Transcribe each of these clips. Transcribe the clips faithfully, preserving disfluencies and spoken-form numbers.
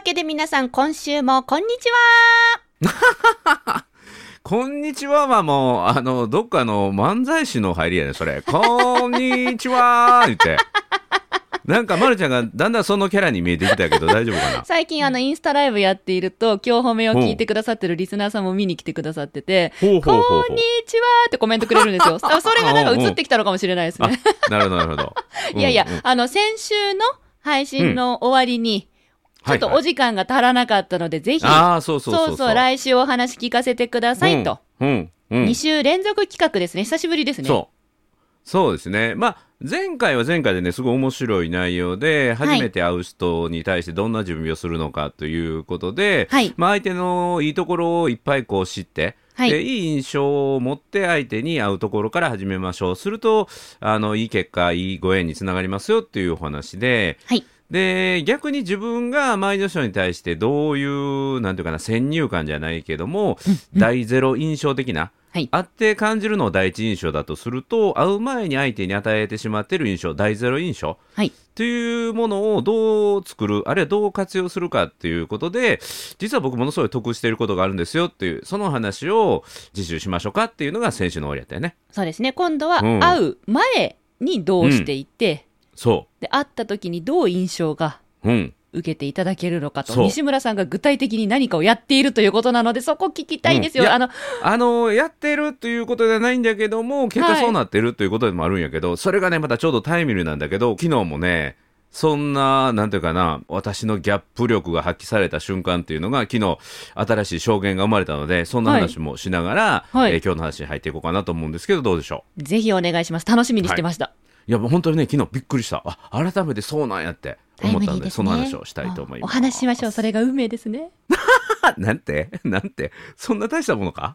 けで皆さん、今週もこんにちは。 こんにちははもうあのどっかの漫才師の入りやねそれ。こんにちは言ってなんかまるちゃんがだんだんそのキャラに見えてきたけど大丈夫かな。 最近あのインスタライブやっていると、今日褒めを聞いてくださってるリスナーさんも見に来てくださってて、 ほうほうほうほう、 こんにちはってコメントくれるんですよ。あ、それがなんか映ってきたのかもしれないですね。 なるほどなるほど。 いやいや、 うんうん、 あの先週の配信の終わりに、うん、ちょっとお時間が足らなかったので、はいはい、ぜひあそうそうそうそう、 そうそう来週お話聞かせてくださいと、 うんうんうん、 に週連続企画ですね。久しぶりですね。 そうそうですね。まあ前回は前回でねすごい面白い内容で、初めて会う人に対してどんな準備をするのかということで、はい、まあ、相手のいいところをいっぱいこう知って、はい、でいい印象を持って相手に会うところから始めましょう。するとあのいい結果いいご縁につながりますよっていうお話で、はい、で逆に自分が周りの人に対してどういうなんていうかな先入観じゃないけども、うんうん、第ゼロ印象的な、はい、会って感じるのを第一印象だとすると、会う前に相手に与えてしまっている印象、第ゼロ印象、はい、というものをどう作る、あるいはどう活用するかっていうことで、実は僕ものすごい得していることがあるんですよっていう、その話を次週しましょうかっていうのが先週の終わりだったよね。 そうですね。今度は会う前にどうしていて、うん、 そうで会った時にどう印象が、うん受けていただけるのかと、西村さんが具体的に何かをやっているということなので、そこ聞きたいんですよ。 うん、 あのあのやってるということではないんだけども、結果そうなってるということでもあるんやけど、はい、それがねまたちょうどタイミングなんだけど、昨日もねそんななんていうかな、私のギャップ力が発揮された瞬間っていうのが昨日新しい証言が生まれたので、そんな話もしながら、はいはい、えー、今日の話に入っていこうかなと思うんですけど、どうでしょう。 ぜひお願いします。楽しみにしてました。はい、 いや本当にね昨日びっくりした。あ改めてそうなんやって思ったの で, で、ね、その話をしたいと思います。 お話ししましょう。それが運命ですね。 なんてなんてそんな大したものか。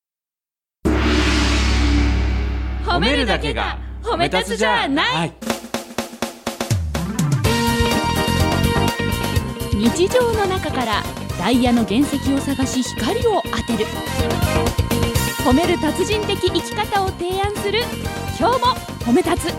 褒めるだけが褒め立つじゃない、はい、日常の中からダイヤの原石を探し光を当てる、褒める達人的生き方を提案する、今日も褒め立つ。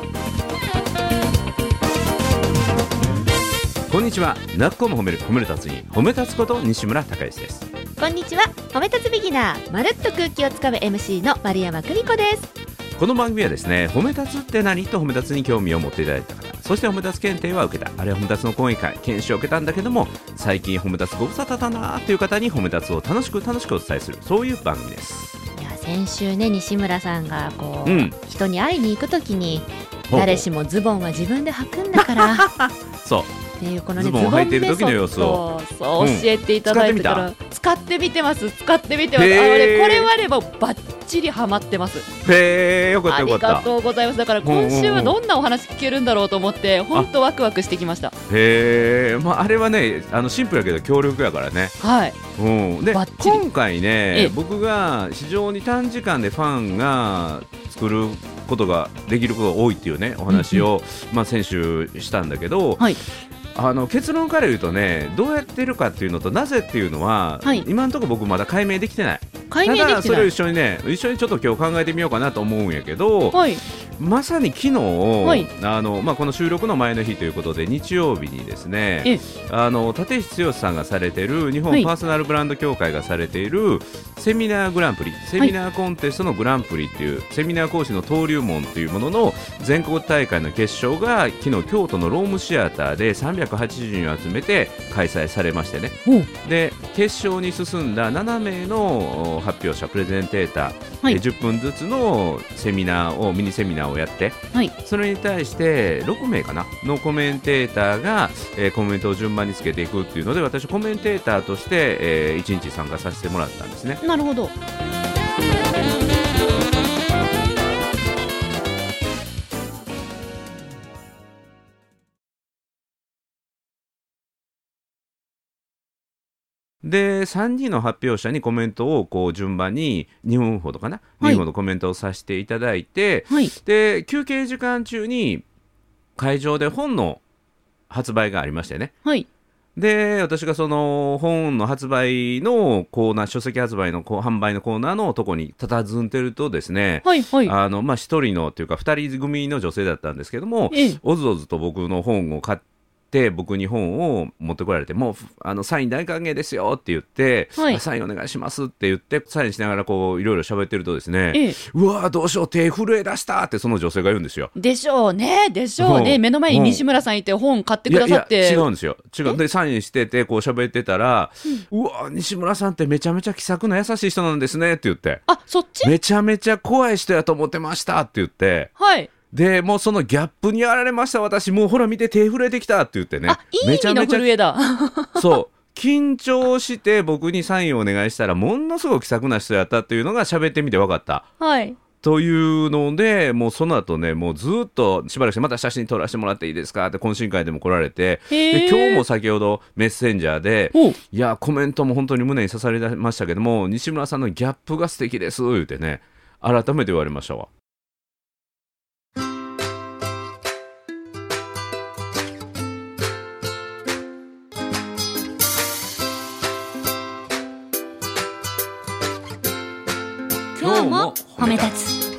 こんにちは。なっこも褒める褒める達人、褒め立つこと西村孝之です。 こんにちは。褒め立つビギナー、まるっと空気をつかむ エムシー の丸山久美子です。 この番組はですね、褒め立つって何と褒め立つに興味を持っていただいた方、そして褒め立つ検定は受けた、あるいは褒め立つの講演会研修を受けたんだけども、最近褒め立つご無沙汰だなという方に褒め立つを楽しく楽しくお伝えする、そういう番組です。 いや先週ね、西村さんがこう、うん、人に会いに行くときに誰しもズボンは自分で履くんだからそうっていうこのね、 ズボンを履いている時の様子をそう教えていただいてから、うん、使ってみてます使ってみてます。あれこれはねもうバッチリハマってます。 へーよかったよかった。 ありがとうございます。だから今週はどんなお話聞けるんだろうと思って本当ワクワクしてきました。 へー、まあ、あれはねあのシンプルやけど強力やからね。はい、うん、で今回ね僕が非常に短時間でファンが作ることができることが多いっていうねお話を、うんうんまあ、先週したんだけど、はい、あの結論から言うとね、どうやってるかっていうのとなぜっていうのは、はい、今のところ僕まだ解明できてない。 解明できてない。 ただそれを一緒にね一緒にちょっと今日考えてみようかなと思うんやけど、はい、まさに昨日、はいあのまあ、この収録の前の日ということで日曜日にですね、あの立石剛さんがされている日本パーソナルブランド協会がされているセミナーグランプリ、セミナーコンテストのグランプリっていう、セミナー講師の登竜門というものの全国大会の決勝が昨日京都のロームシアターでさんびゃくはちじゅうにんを集めて開催されましてね、で決勝に進んだななめいの発表者プレゼンテーター、はい、じゅっぷんずつのセミナーをミニセミナーをやって、はい、それに対してろくめいかなのコメンテーターが、えー、コメントを順番につけていくっていうので、私コメンテーターとして、えー、いちにち参加させてもらったんですね。 なるほど。 でさんにんの発表者にコメントをこう順番ににふんほどかな、はい、にふんほどコメントをさせていただいて、はい、で休憩時間中に会場で本の発売がありましてね、はい、で私がその本の発売のコーナー、書籍発売の販売のコーナーのとこに佇んでるとですね、はいはい、あのまあ、ひとりのというかふたり組の女性だったんですけども、ええ、おずおずと僕の本を買ってって僕に本を持ってこられて、もうあのサイン大歓迎ですよって言って、はい、サインお願いしますって言ってサインしながらこういろいろ喋ってるとですね、ええ、うわどうしよう手震え出したってその女性が言うんですよ。 でしょうねでしょうね、目の前に西村さんいて本買ってくださって。 いやいや違うんですよ違うでサインしててこう喋ってたら、うん、うわ西村さんってめちゃめちゃ気さくな優しい人なんですねって言って、 あそっちめちゃめちゃ怖い人やと思ってましたって言って、 はいでもうそのギャップにやられました私、もうほら見て手震えてきたって言ってね、 あいい意味の震えだそう緊張して僕にサインをお願いしたらものすごく気さくな人やったっていうのが喋ってみて分かった、 はい、 というのでもうその後ねもうずっとしばらくしてまた写真撮らせてもらっていいですかって懇親会でも来られて、で今日も先ほどメッセンジャーでいやコメントも本当に胸に刺されましたけども西村さんのギャップが素敵です言ってね改めて言われましたわ。 今日も褒め立つ。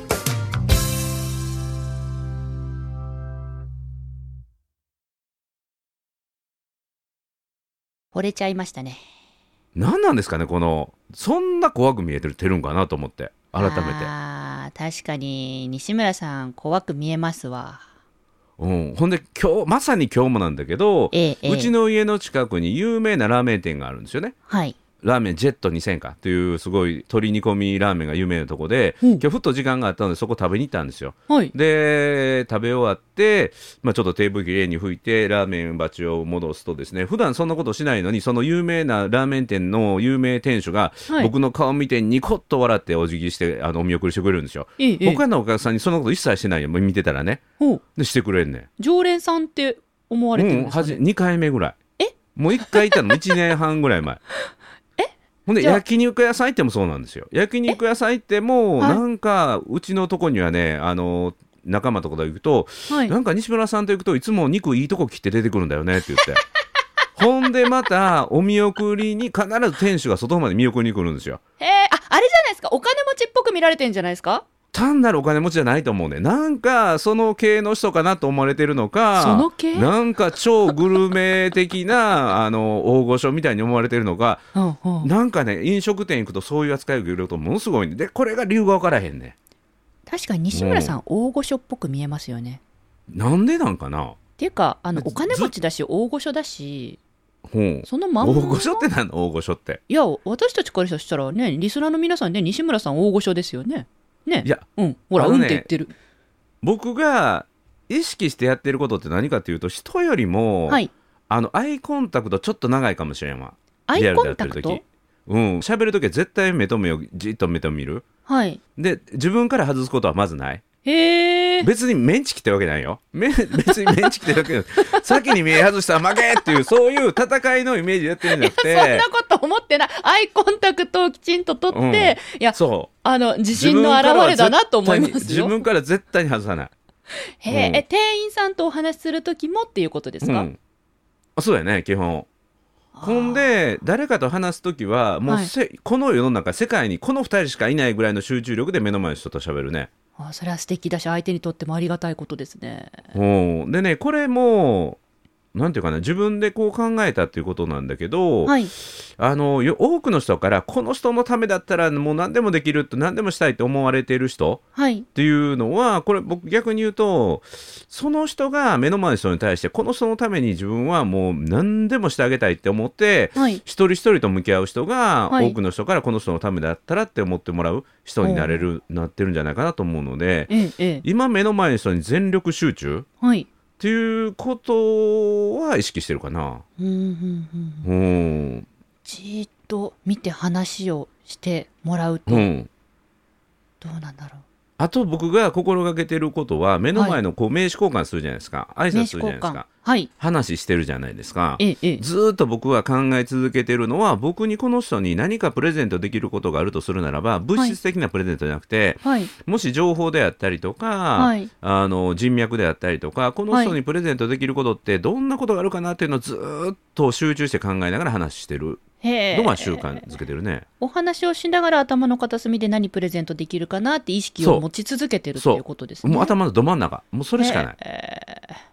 惚れちゃいましたね。 何なんですかねこのそんな怖く見えてるてるんかなと思って改めて。 あ確かに西村さん怖く見えますわ。 うん、ほんで今日まさに今日もなんだけど、ええ、うちの家の近くに有名なラーメン店があるんですよね。 はいラーメンジェットにせんかというすごい鶏煮込みラーメンが有名なとこで、うん、今日ふっと時間があったのでそこ食べに行ったんですよ、はい、で食べ終わって、まあ、ちょっとテーブルきれいに拭いてラーメン鉢を戻すとですね普段そんなことしないのにその有名なラーメン店の有名店主が僕の顔見てニコッと笑ってお辞儀してあのお見送りしてくれるんですよ、ええ、他のお客さんにそんなこと一切してないよ見てたらねでしてくれんねん。 常連さんって思われてるんですかね、 うん、にかいめぐらいえもういっかいいたのいちねんはんぐらい前ほんで焼肉屋さん行ってもそうなんですよ。焼肉屋さん行ってもなんかうちのとこにはねあの仲間とかと行くと、はい、なんか西村さんと行くといつも肉いいとこ切って出てくるんだよねって言ってほんでまたお見送りに必ず店主が外まで見送りに来るんですよ。 へえ、あ、あれじゃないですかお金持ちっぽく見られてんじゃないですか。 単なるお金持ちじゃないと思うね。なんかその系の人かなと思われてるのかその系なんか超グルメ的なあの大御所みたいに思われてるのかなんかね飲食店行くとそういう扱いを受けるとものすごいんでこれが理由が分からへんね。 確かに西村さん、うん、大御所っぽく見えますよね。 なんでなんかなっていうかあのお金持ちだし大御所だしうん、 そのまんま大御所って何の大御所っていや私たちからしたらねリスナーの皆さんね西村さん大御所ですよね。ね、 いや、 うん、ほら、ね、うんって言ってる。 僕が意識してやってることって何かというと人よりも、はい、あのアイコンタクトちょっと長いかもしれんわ。 アイコンタクトうん喋るときは絶対目と目をじっと目と見る、 はい、 で自分から外すことはまずない。 へー別にメンチ切ってるわけないよ別にメンチ切ってるわけない先に目外したら負けっていうそういう戦いのイメージでやってるんじゃなくていやそんなこと思ってない。アイコンタクトをきちんと取って、うん、いやそうあの自信の表れだなと思いますよ。 自分から絶対に外さない。 へー、うん、え店員さんとお話しする時もっていうことですか。うん、 あそうやね基本。ほんで誰かと話すときはもう、はい、この世の中世界にこのふたりしかいないぐらいの集中力で目の前の人と喋るね。 あそれは素敵だし相手にとってもありがたいことですね。 うんでねこれもなんていうかな自分でこう考えたっていうことなんだけど、はい、あの多くの人からこの人のためだったらもう何でもできるって何でもしたいと思われている人、はい、っていうのはこれ僕逆に言うとその人が目の前の人に対してこの人のために自分はもう何でもしてあげたいって思って、はい、一人一人と向き合う人が、はい、多くの人からこの人のためだったらって思ってもらう人になれるなってるんじゃないかなと思うので、ええ、今目の前の人に全力集中、はいっていうことは意識してるかな。うんうんうん、うん、 じっと見て話をしてもらうと、うん、どうなんだろう。 あと僕が心がけてることは目の前のこう名刺交換するじゃないですか、はい、挨拶するじゃないですか、はい、話してるじゃないですか、ええ、ずっと僕は考え続けてるのは僕にこの人に何かプレゼントできることがあるとするならば物質的なプレゼントじゃなくて、はい、もし情報であったりとか、はい、あの人脈であったりとかこの人にプレゼントできることってどんなことがあるかなっていうのをずっと集中して考えながら話してるのが習慣づけてるね。 お話をしながら頭の片隅で何プレゼントできるかなって意識を持ち続けてるっていうことですね。 もう頭のど真ん中もうそれしかない。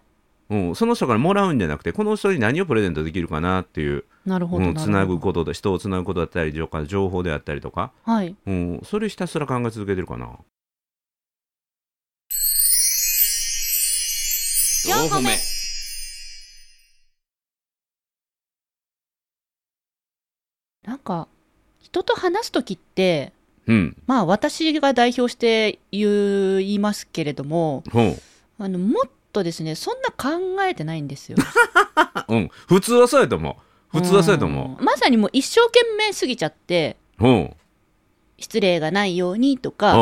うん、その人からもらうんじゃなくてこの人に何をプレゼントできるかなっていう、 なるほど、うん、 つなぐことで人をつなぐことだったり情報であったりとか、 はい、 うん、それひたすら考え続けてるかな。 よんほめ。なんか人と話すときって、うん、まあ私が代表して言いますけれども、うん、あのもっとですねそんな考えてないんですよ、 うん、普通はそうやと思う普通はそうやと思う、まさにもう一生懸命すぎちゃって、うん、失礼がないようにとか、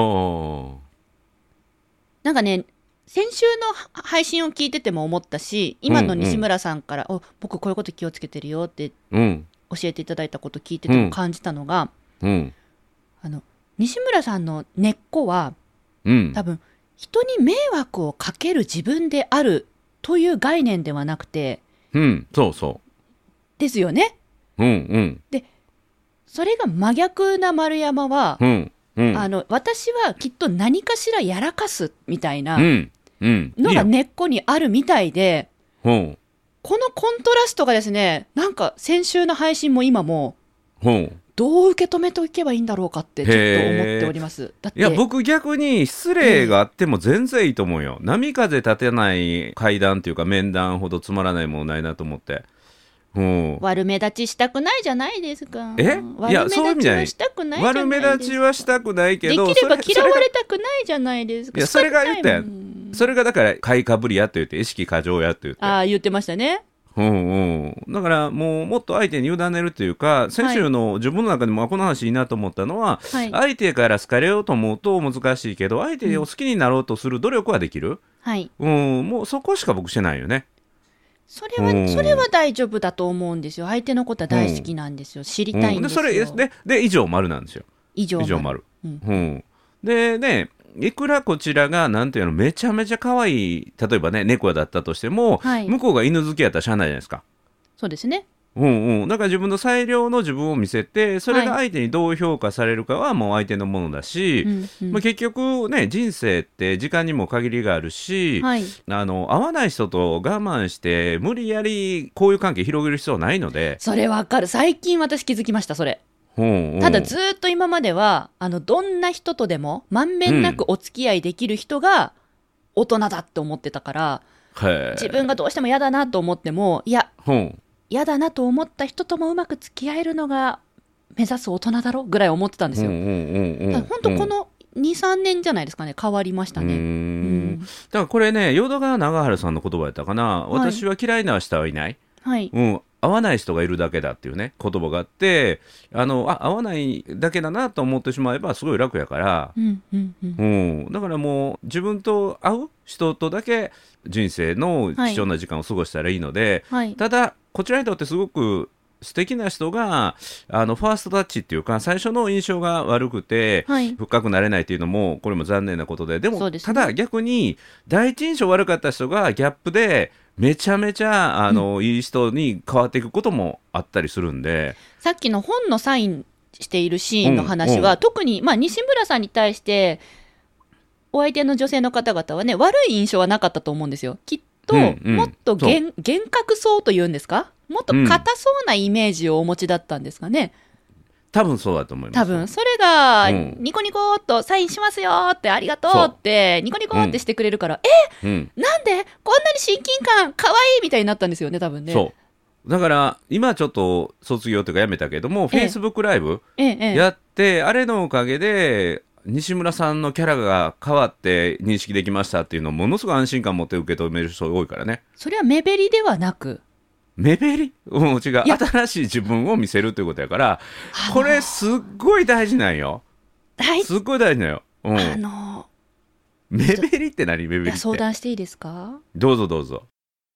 なんかね先週の配信を聞いてても思ったし、今の西村さんから、うんうん、お僕こういうこと気をつけてるよって、うん教えていただいたこと聞いてても感じたのが、うん、あの西村さんの根っこは、うん、多分人に迷惑をかける自分であるという概念ではなくて、 うん、そうそうですよね、うんうん、でそれが真逆な丸山は、うんうん、あの私はきっと何かしらやらかすみたいなのが根っこにあるみたいで、うんうんこのコントラストがですね、なんか先週の配信も今もどう受け止めておけばいいんだろうかってちょっと思っております。だっていや僕逆に失礼があっても全然いいと思うよ、えー、波風立てない会談というか面談ほどつまらないものないなと思って、 うん、悪目立ちしたくないじゃないですか。 えいやそういう意味じゃない。悪目立ちはしたくないけどできれば嫌われたくないじゃないですか。 いやそれが言ったやん。それがだから買いかぶりやって言って意識過剰やって言ってああ言ってましたね。 うんうん、だからもうもっと相手に委ねるというか先週の自分の中でもこの話いいなと思ったのは、はい、相手から好かれようと思うと難しいけど相手を好きになろうとする努力はできる、はいうん、もうそこしか僕してないよね。 それは、うん、それは大丈夫だと思うんですよ。相手のことは大好きなんですよ、うん、知りたいんですよ、うん、でそれでで以上丸なんですよ。 以上丸、以上丸、うんうん、でねいくらこちらがなんていうのめちゃめちゃ可愛い例えばね猫だったとしても、はい、向こうが犬好きやったらしゃあないじゃないですか。 そうですね、 うんうん、だから自分の最良の自分を見せてそれが相手にどう評価されるかはもう相手のものだし、はいうんうんまあ、結局ね人生って時間にも限りがあるし、はい、あの合わない人と我慢して無理やり交友関係広げる必要はないので。 それわかる。最近私気づきましたそれ。ただずっと今まではあのどんな人とでもまんべんなくお付き合いできる人が大人だって思ってたから、うん、自分がどうしても嫌だなと思ってもいや嫌、うん、だなと思った人ともうまく付き合えるのが目指す大人だろぐらい思ってたんですよ。本当この に,さん 年じゃないですかね変わりましたね。うーん、 うん、だからこれね淀川長春さんの言葉やったかな、はい、私は嫌いな人はいない、はいうん、合わない人がいるだけだっていうね言葉があってあのあ合わないだけだなと思ってしまえばすごい楽やから、うんうんうんうん、だからもう自分と合う人とだけ人生の貴重な時間を過ごしたらいいので、はい、ただこちらにとってすごく素敵な人があのファーストタッチっていうか最初の印象が悪くて、はい、深くなれないっていうのもこれも残念なことででもで、ね、ただ逆に第一印象悪かった人がギャップでめちゃめちゃあの、うん、いい人に変わっていくこともあったりするんでさっきの本のサインしているシーンの話は、うんうん、特に、まあ、西村さんに対してお相手の女性の方々はね悪い印象はなかったと思うんですよきっと、うんうん、もっと厳格そうというんですかもっと硬そうなイメージをお持ちだったんですかね、 うん、多分そうだと思います。 多分それがニコニコっとサインしますよってありがとうってニコニコってしてくれるから、うん、え、うん、なんでこんなに親近感かわいいみたいになったんですよね多分ね。 そうだから今ちょっと卒業というかやめたけども、ええ、Facebook ライブやって、ええ、あれのおかげで西村さんのキャラが変わって認識できましたっていうのをものすごく安心感持って受け止める人が多いからね。 それは目減りではなく目減り、うん、違う新しい自分を見せるということやからこれすっごい大事なんよ。すっごい大事なんよ、うん、あの目減りって何目減りって相談していいですか。 どうぞどうぞ。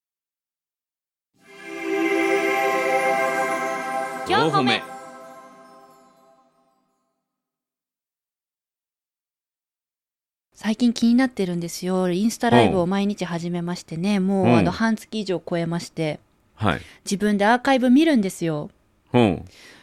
よんほめ。最近気になってるんですよ。インスタライブを毎日始めましてね、もうあの半月以上超えまして、はい、自分でアーカイブ見るんですよ、うん、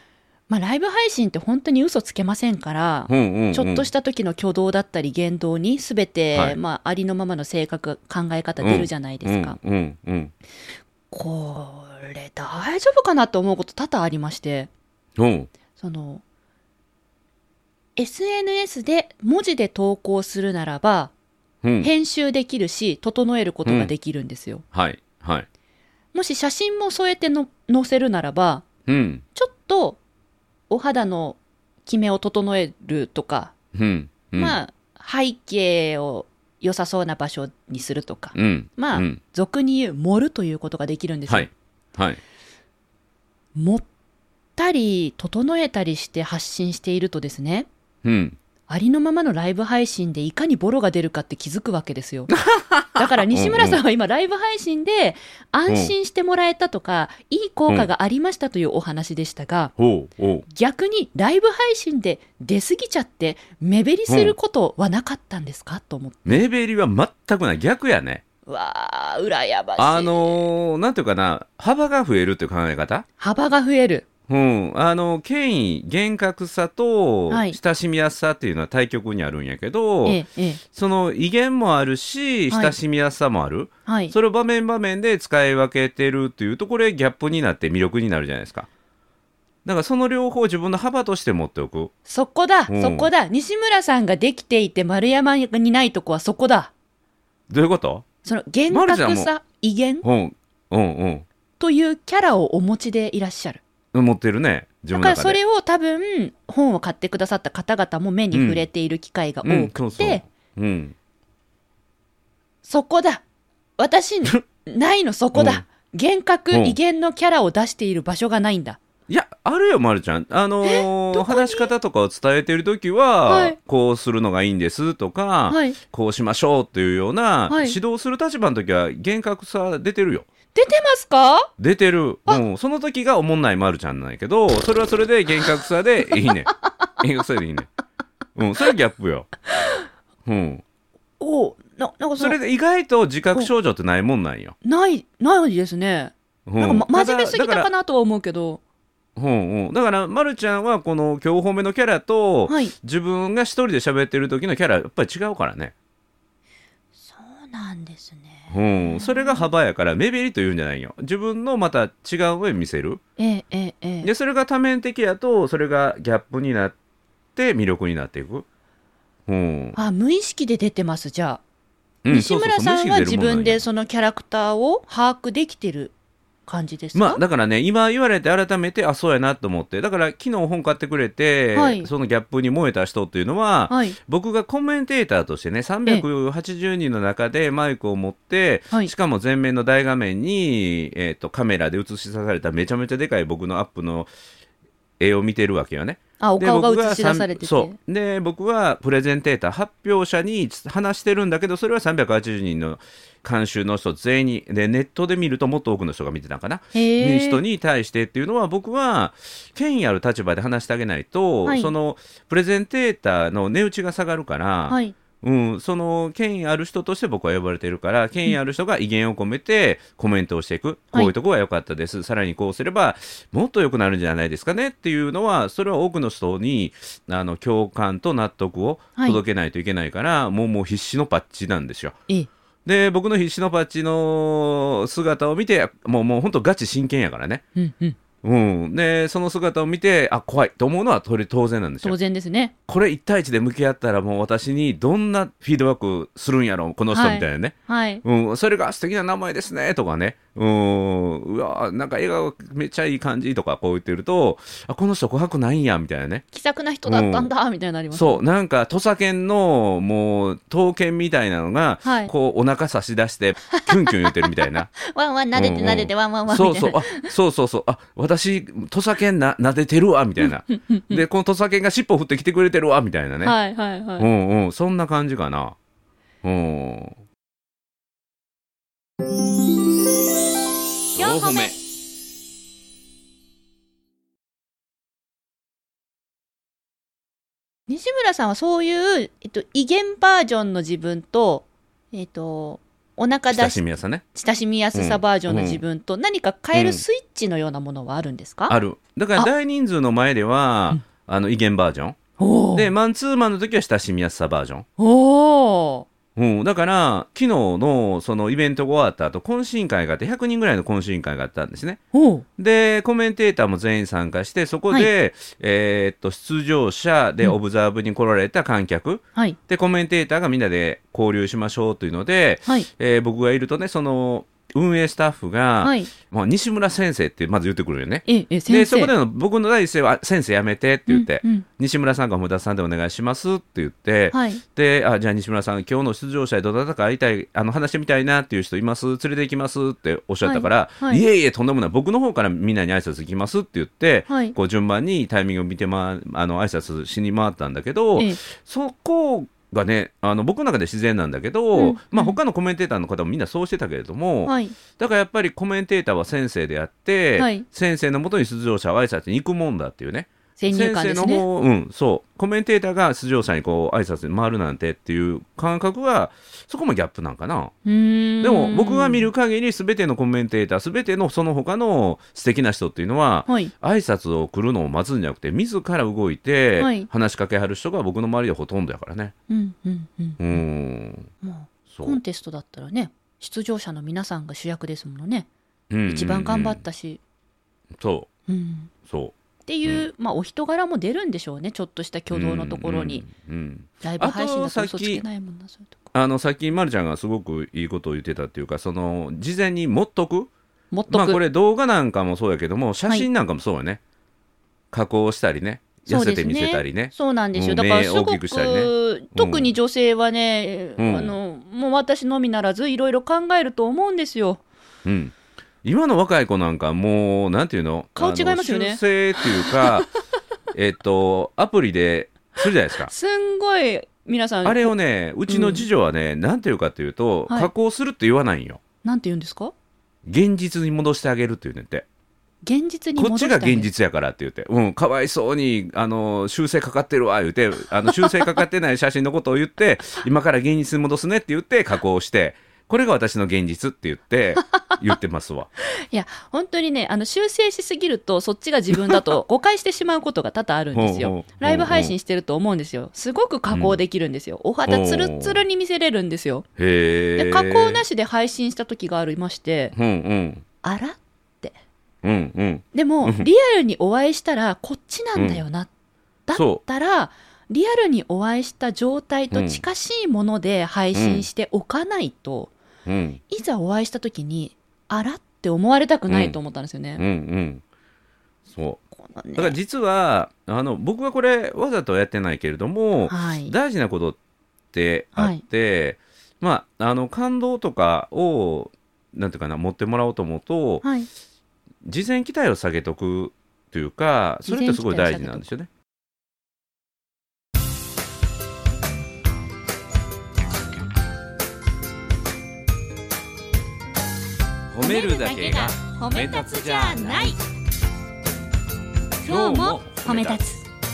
まあ、ライブ配信って本当に嘘つけませんから、うんうんうん、ちょっとした時の挙動だったり言動に全て、はい、まあ、ありのままの性格考え方出るじゃないですか、 うんうんうんうん、 これ大丈夫かなと思うこと多々ありまして、うん、その エスエヌエス で文字で投稿するならば、うん、編集できるし整えることができるんですよ、うん、 はいはい、 もし写真も添えての載せるならば、うん、ちょっとお肌のキメを整えるとか、うんうん、まあ背景を良さそうな場所にするとか、うん、まあ、うん、俗に言う盛るということができるんですよ、 はいはい、 盛ったり整えたりして発信しているとですね、うん、ありのままのライブ配信でいかにボロが出るかって気づくわけですよ。だから西村さんは今ライブ配信で安心してもらえたとか、いい効果がありましたというお話でしたが、逆にライブ配信で出過ぎちゃって目減りすることはなかったんですかと思って。 目減りは全くない、逆やね。 わー、羨ましい。 あのー、なんていうかな、幅が増えるという考え方、 幅が増える、 うん、あの権威厳格さと親しみやすさっていうのは対極にあるんやけど、はい、その威厳もあるし親しみやすさもある、はい、それを場面場面で使い分けてるっていうところでギャップになって魅力になるじゃないですか。だからその両方自分の幅として持っておく。 そこだ、うん、そこだ。西村さんができていて丸山にないとこはそこだ。 どういうこと？ その厳格さ、威厳、 うんうんうん、 というキャラをお持ちでいらっしゃる。 持ってるね、自分の中で。 だからそれを多分本を買ってくださった方々も目に触れている機会が多くて、そこだ、私ないのそこだ、うん、厳格威厳のキャラを出している場所がないんだ。 いや、あるよ、まるちゃん。あのー、話し方とかを伝えているときは、はい、こうするのがいいんですとか、はい、こうしましょうっていうような、はい、指導する立場のときは厳格さ出てるよ。 出てますか？ 出てる、うん、その時がおもんないまるちゃんなんやけど、それはそれで厳格さでいいね厳格さでいいね、うん、それはギャップよ、うん、 おななんか そ, それで意外と自覚症状ってないもんなんよ。 ないないですね、うん、なんか、ま、真面目すぎたかなとは思うけど、 うんうん、だからまるちゃんはこの今日褒めのキャラと、はい、自分が一人で喋ってる時のキャラやっぱり違うからね。 そうなんですね、 うん、それが幅やから目減りというんじゃないよ。自分のまた違う上見せる、 ええええ、 でそれが多面的やとそれがギャップになって魅力になっていく、うん、 あ、無意識で出てます。じゃあ、うん、西村さんは自分でそのキャラクターを把握できてる感じですか？ まあ、だからね、今言われて改めてあそうやなと思って、だから昨日本買ってくれて、はい、そのギャップに燃えた人っていうのは、はい、僕がコメンテーターとしてねさんびゃくはちじゅうにんの中でマイクを持って、しかも前面の大画面に、えーと、カメラで映し出されためちゃめちゃでかい僕のアップの絵を見てるわけよね。 あ、お顔が映し出されてて、 そうで僕はプレゼンテーター発表者に話してるんだけど、それはさんびゃくはちじゅうにんの監修の人全員にで、ネットで見るともっと多くの人が見てたんかな、人に対してっていうのは僕は権威ある立場で話してあげないと、はい、そのプレゼンテーターの値打ちが下がるから、はい、うん、その権威ある人として僕は呼ばれているから、権威ある人が威厳を込めてコメントをしていく、うん、こういうところが良かったです、はい、さらにこうすればもっと良くなるんじゃないですかねっていうのは、それは多くの人にあの共感と納得を届けないといけないから、はい、もうもう必死のパッチなんですよ。えで僕の必死のパッチの姿を見てもうもう本当ガチ真剣やからね、うんうんうん、でその姿を見てあ怖いと思うのは当然なんですよ。 当然ですね。 これいち対いちで向き合ったらもう私にどんなフィードバックするんやろこの人みたいなね、はいはい、うん、それが素敵な名前ですねとかね、うん、うわなんか笑顔めっちゃいい感じとかこう言ってると、あこの人琥珀ないんやみたいなね、 気さくな人だったんだ、うん、みたいになります、ね、 そうなんか土佐犬のもう刀剣みたいなのが、はい、こうお腹差し出してキュンキュン言ってるみたいなワンワン撫でて撫でてワンワンワンみたいな、 そうそう、あそうそうそう、あ私土佐犬な撫でてるわみたいなでこの土佐犬が尻尾振ってきてくれてるわみたいなね、はいはいはい、うんうん、そんな感じかな。うん、よんほめ西村さんはそういう、えっと、威厳バージョンの自分と、えっと、 お腹出し親しみやすさね、 親しみやすさバージョンの自分と何か変えるスイッチのようなものはあるんですか？ うん、ある。だから大人数の前では あ, あの威厳バージョンで、マンツーマンの時は親しみやすさバージョン。 おー、 うん、だから昨日のそのイベントが終わった後、懇親会があってひゃくにんぐらいの懇親会があったんですね。でコメンテーターも全員参加して、そこで、はい、えー、っと出場者でオブザーブに来られた観客、はい、でコメンテーターがみんなで交流しましょうというので、はい、えー、僕がいるとね、その運営スタッフが、はい、もう西村先生ってまず言ってくるよね。 ええ、 でそこでの僕の第一声は先生やめてって言って、うんうん、西村さんか本田さんでお願いしますって言って、はい、であじゃあ西村さん今日の出場者でどなたか会いたい、あの話してみたいなっていう人います、連れて行きますっておっしゃったから、はいはい、いえいえとんでもない、僕の方からみんなに挨拶行きますって言って、はい、こう順番にタイミングを見て、ま、あの挨拶しに回ったんだけど、ええ、そこがね、あの僕の中で自然なんだけど、うん、まあ、他のコメンテーターの方もみんなそうしてたけれども、はい、だからやっぱりコメンテーターは先生であって、はい、先生のもとに出場者は挨拶に行くもんだっていうね、 先入観ですね。 先生の方、うん、そうコメンテーターが出場者にこう挨拶に回るなんてっていう感覚はそこもギャップなんかな。 うーん、 でも僕が見る限り全てのコメンテーター、全てのその他の素敵な人っていうのは、はい、挨拶を来るのを待つんじゃなくて自ら動いて話しかけはる人が僕の周りでほとんどやからね。 うんうんうん、 うーん、 もうコンテストだったらね、出場者の皆さんが主役ですものね、うんうんうん、一番頑張ったし、 そう、 うん、 そうっていう、うん、まあ、お人柄も出るんでしょうね、ちょっとした挙動のところに、うんうんうん、ライブ配信だと嘘つけないもんな、そういうとこ。 あのさっきまるちゃんがすごくいいことを言ってたっていうか、その事前に持っとく、 持っとく、 まあ、これ動画なんかもそうやけども写真なんかもそうよね、はい、加工したりね、痩せて見せたりね、 そうなんですよ、だからすごく、ね、特に女性はね、うん、あのもう私のみならずいろいろ考えると思うんですよ、 うん、今の若い子なんかもうなんていうの、 顔違いますよね、 修正っていうかえっとアプリでするじゃないですか、 すんごい皆さんあれをね、うちの次女はね、うん、なんていうかっていうと、はい、加工するって言わないんよ。 なんて言うんですか？ 現実に戻してあげるって言うねんて。 現実に戻してあげる、 こっちが現実やからって言って、うん、かわいそうにあの修正かかってるわ言って、あの修正かかってない写真のことを言って今から現実に戻すねって言って加工して、これが私の現実って言って言ってますわいや本当にね、あの修正しすぎるとそっちが自分だと誤解してしまうことが多々あるんですよライブ配信してると思うんですよ。すごく加工できるんですよ、うん、お肌ツルツルに見せれるんですよ。 へで加工なしで配信した時がありまして、 うんうん、 あらって、 うんうん、 でもリアルにお会いしたらこっちなんだよな、うん、だったらリアルにお会いした状態と近しいもので配信しておかないと、うん、いざお会いした時にあらって思われたくないと思ったんですよね、 うんうんうん、そうだから実はあの僕はこれわざとはやってないけれども、はい、大事なことってあって、はい、まああの感動とかをなんていうかな持ってもらおうと思うと、はい、事前期待を下げとくというか、それってすごい大事なんですよね。褒めるだけが褒め立つじゃない。 今日も褒め立つ。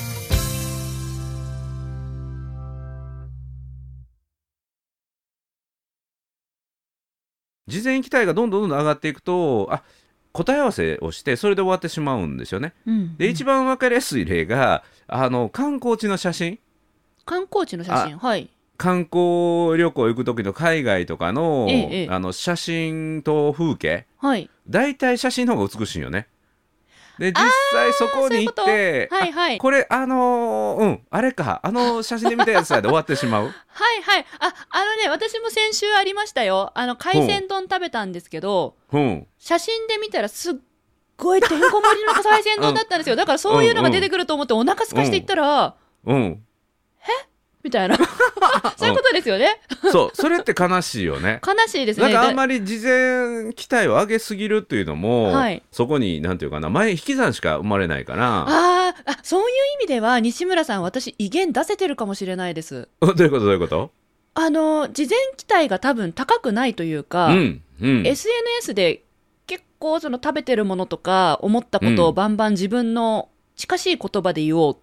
事前期待がどんどんどんどん上がっていくと、あ、答え合わせをしてそれで終わってしまうんですよね、うんうん、で一番分かりやすい例があの観光地の写真観光地の写真、はい、 観光旅行行く時の海外とか の,、ええ、あの写真と風景、はい、だいたい写真の方が美しいよね。で実際そこに行ってはい、はい、 これあのー、うんあれかあの写真で見たやつやで終わってしまうはいはい、ああのね私も先週ありましたよ。あの海鮮丼食べたんですけど、うん、写真で見たらすっごいてんこ盛りの海鮮丼だったんですよ、うん、だからそういうのが出てくると思ってお腹空かしていったら、うん、うん、えみたいなそういうことですよねそうそれって悲しいよね悲しいですね。 なんかあんまり事前期待を上げすぎるっていうのも、はい、そこになんていうかな前引き算しか生まれないから。 ああそういう意味では西村さん私威厳出せてるかもしれないです。 どういうことどういうこと。 あの事前期待が多分高くないというか、うんうん、エスエヌエス で結構その食べてるものとか思ったことをバンバン自分の近しい言葉で言おうって、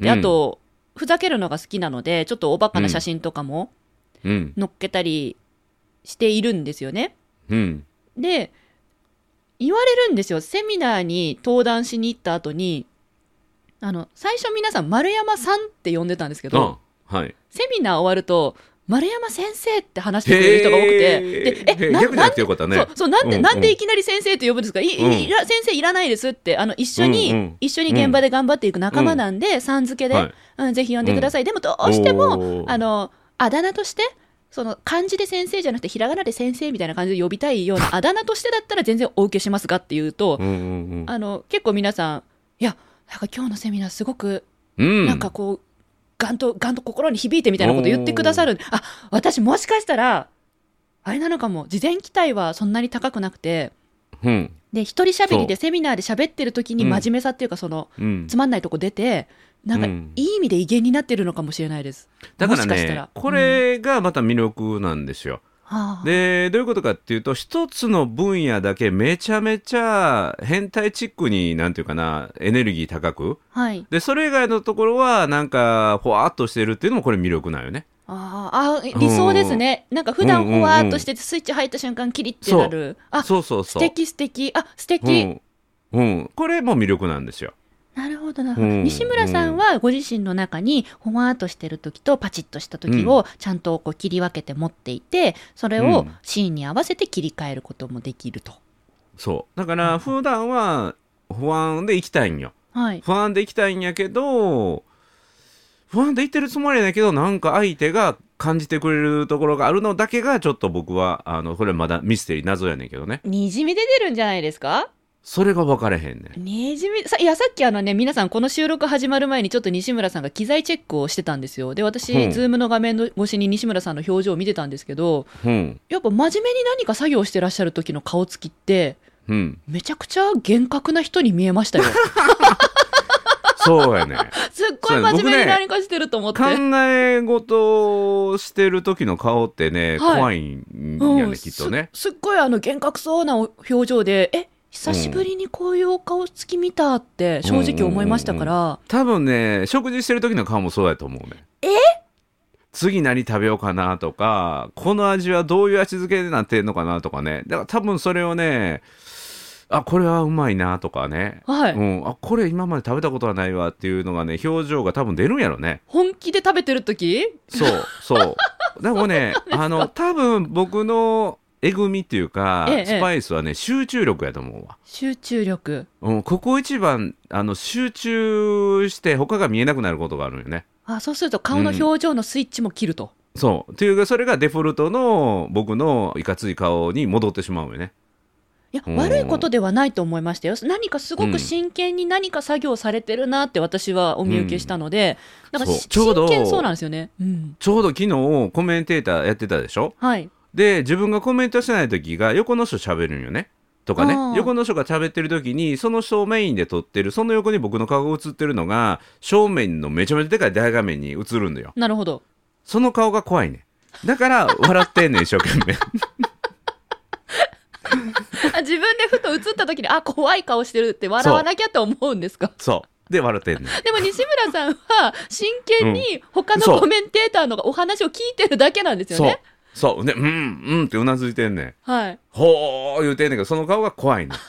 であと、うん、ふざけるのが好きなのでちょっとおバカな写真とかも載っけたりしているんですよね、 うん、 で言われるんですよ。セミナーに登壇しに行った後に、あの最初皆さん丸山さんって呼んでたんですけど、 はい、 セミナー終わると丸山先生って話してくれる人が多くて、でえな逆じゃなくてよかったね。 そうそうなんで、うんうん、なんでいきなり先生って呼ぶんですか、いいいら先生いらないですって、あの一緒に、うんうん、一緒に現場で頑張っていく仲間なんで、うん、さん付けで、はいうん、ぜひ呼んでください、うん、でもどうしてもあのあだ名としてその漢字で先生じゃなくてひらがなで先生みたいな感じで呼びたいようなあだ名としてだったら全然お受けしますがっていうと、うんうんうん、あの結構皆さんいやなんか今日のセミナーすごく、うん、なんかこうガンとガンと心に響いてみたいなこと言ってくださる。あ、私もしかしたらあれなのかも、事前期待はそんなに高くなくて、うん、で一人しゃべりでセミナーで喋ってる時に真面目さっていうかその、うん、つまんないとこ出てなんかいい意味で威厳になってるのかもしれないです。 だからね、もしかしたらこれがまた魅力なんですよ、うん、でどういうことかっていうと、一つの分野だけめちゃめちゃ変態チックになんていうかなエネルギー高く、はい、でそれ以外のところはなんかほわっとしてるっていうのもこれ魅力なんよね。 ああ理想ですね、うん、なんか普段ほわっとしててスイッチ入った瞬間キリってなる、うんうんうん、あそうそうそう素敵素敵あ素敵、 うんうん、これも魅力なんですよ。 なるほどなるほど、うん、西村さんはご自身の中にほわっとしてる時とパチッとした時をちゃんとこう切り分けて持っていて、それをシーンに合わせて切り替えることもできると、うん、 そうだから普段は不安で生きたいんよ、はい、不安で生きたいんやけど不安で言ってるつもりだけどなんか相手が感じてくれるところがあるのだけがちょっと僕はあのこれまだミステリー謎やねんけどね。 にじみ出てるんじゃないですか。 それが分かれへんねん。 にじみさいやさっきあのね皆さんこの収録始まる前にちょっと西村さんが機材チェックをしてたんですよ。で私、うん、ズームの画面の越しに西村さんの表情を見てたんですけど、うん、やっぱ真面目に何か作業してらっしゃる時の顔つきって、うん、めちゃくちゃ厳格な人に見えましたよ。 そうやね。 すっごい真面目に何かしてると思って、 ね、考え事をしてる時の顔ってね、はい、怖いんやね、うん、きっとね。 す, すっごいあの厳格そうな表情でえ久しぶりにこういうお顔つき見たって正直思いましたから、うんうんうんうん、 多分ね食事してる時の顔もそうやと思うね。 え次何食べようかなとかこの味はどういう味付けになってんのかなとかね。だから多分それをねあこれはうまいなとかね、はいうん、あこれ今まで食べたことはないわっていうのがね表情が多分出るんやろね。 本気で食べてる時そうそうでもねあの多分僕のえぐみっていうか、ええ、スパイスはね集中力やと思うわ。 集中力、 うん、ここ一番あの集中して他が見えなくなることがあるよね。 あそうすると顔の表情のスイッチも切ると、 うん、そうっていうかそれがデフォルトの僕のいかつい顔に戻ってしまうよね。 いや悪いことではないと思いましたよ。何かすごく真剣に何か作業されてるなって私はお見受けしたので、うん、なんか真剣そうなんですよね、うん、 ちょうど昨日コメンテーターやってたでしょ。はいで自分がコメントしてない時が横の人喋るんよねとかね。横の人が喋ってる時にその人をメインで撮ってるその横に僕の顔が映ってるのが正面のめちゃめちゃでかい大画面に映るんだよ。 なるほど。 その顔が怖いね。だから笑ってんねん一生懸命自分でふと映った時にあ怖い顔してるって笑わなきゃって思うんですか。 そうで笑ってんねん。 でも西村さんは真剣に他のコメンテーターのお話を聞いてるだけなんですよね。 そうそうでうんうんってうなずいてんねん、 はい、 ほー言うてんねんけどその顔が怖いねん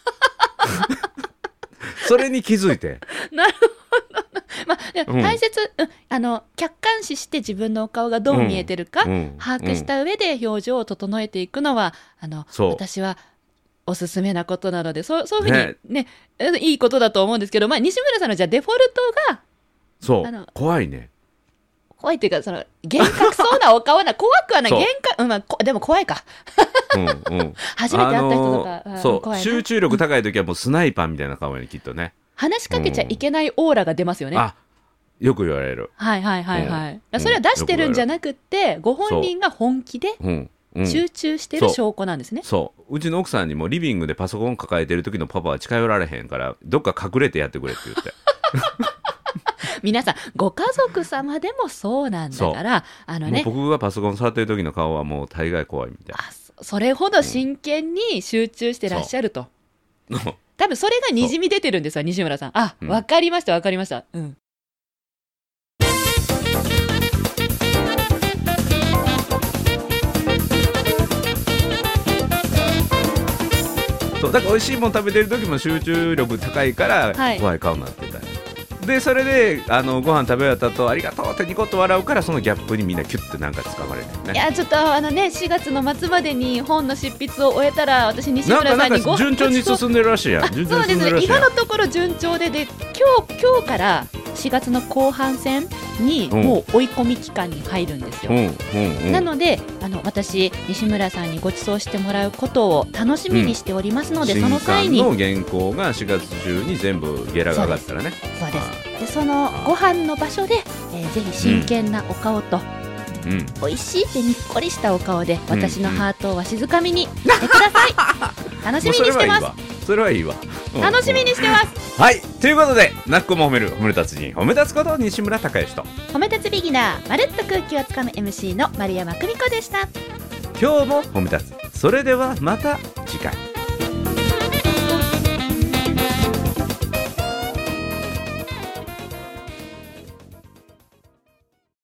それに気づいてなるほど、まあ、大切、うん、あの客観視して自分のお顔がどう見えてるか、うん、把握した上で表情を整えていくのはあの私はおすすめなことなので そ, そういうふうにね、ねいいことだと思うんですけど、まあ、西村さんのじゃあデフォルトがそうあの怖いね怖いっていうかその厳格そうなお顔な怖くはない厳格、うんまあ、でも怖いかうん、うん、初めて会った人とか、あのー、 そう怖い集中力高い時はもうスナイパーみたいな顔やねきっとね。 話しかけちゃいけないオーラが出ますよね、うん、 あよく言われる。 はいはいはいはい、うん、それは出してるんじゃなくってご本人が本気で集中してる証拠なんですね。 そう、そううちの奥さんにもリビングでパソコン抱えてる時のパパは近寄られへんからどっか隠れてやってくれって言って皆さんご家族様でもそうなんだからあの、ね、 僕がパソコン触ってる時の顔はもう大概怖いみたいな。あそ, それほど真剣に集中してらっしゃると、うん、多分それがにじみ出てるんですわ西村さん。あ、うん、分かりました分かりました、うんそうだから美味しいもの食べてる時も集中力高いから、はい、怖い顔になってたよ。でそれであのご飯食べ終わった後ありがとうってニコッと笑うから、そのギャップにみんなキュッてなんか掴まれるね。 いやちょっとあのねしがつの末までに本の執筆を終えたら、私西村さんにご飯順調に進んでるらしいやん。 順調に進んでるらしいやん。そうですね、今のところ順調で、で今日今日からしがつの後半戦にもう追い込み期間に入るんですよ、うんうんうん、なのであの私西村さんにご馳走してもらうことを楽しみにしておりますので、うん、その際に新刊の原稿がしがつ中に全部ゲラが上がったらね。 そうです。でそのご飯の場所で、えー、ぜひ真剣なお顔と、うん、美味しいってにっこりしたお顔で、うん、私のハートをわしづかみにしてください、うん、楽しみにしてます。 それはいいわ、 楽しみにしてます。 はい、ということでなっこも褒める褒め立つ人褒め立つこと西村孝之と褒め立つビギナーまるっと空気をつかむ エムシー の丸山久美子でした。 今日も褒め立つ。それではまた次回。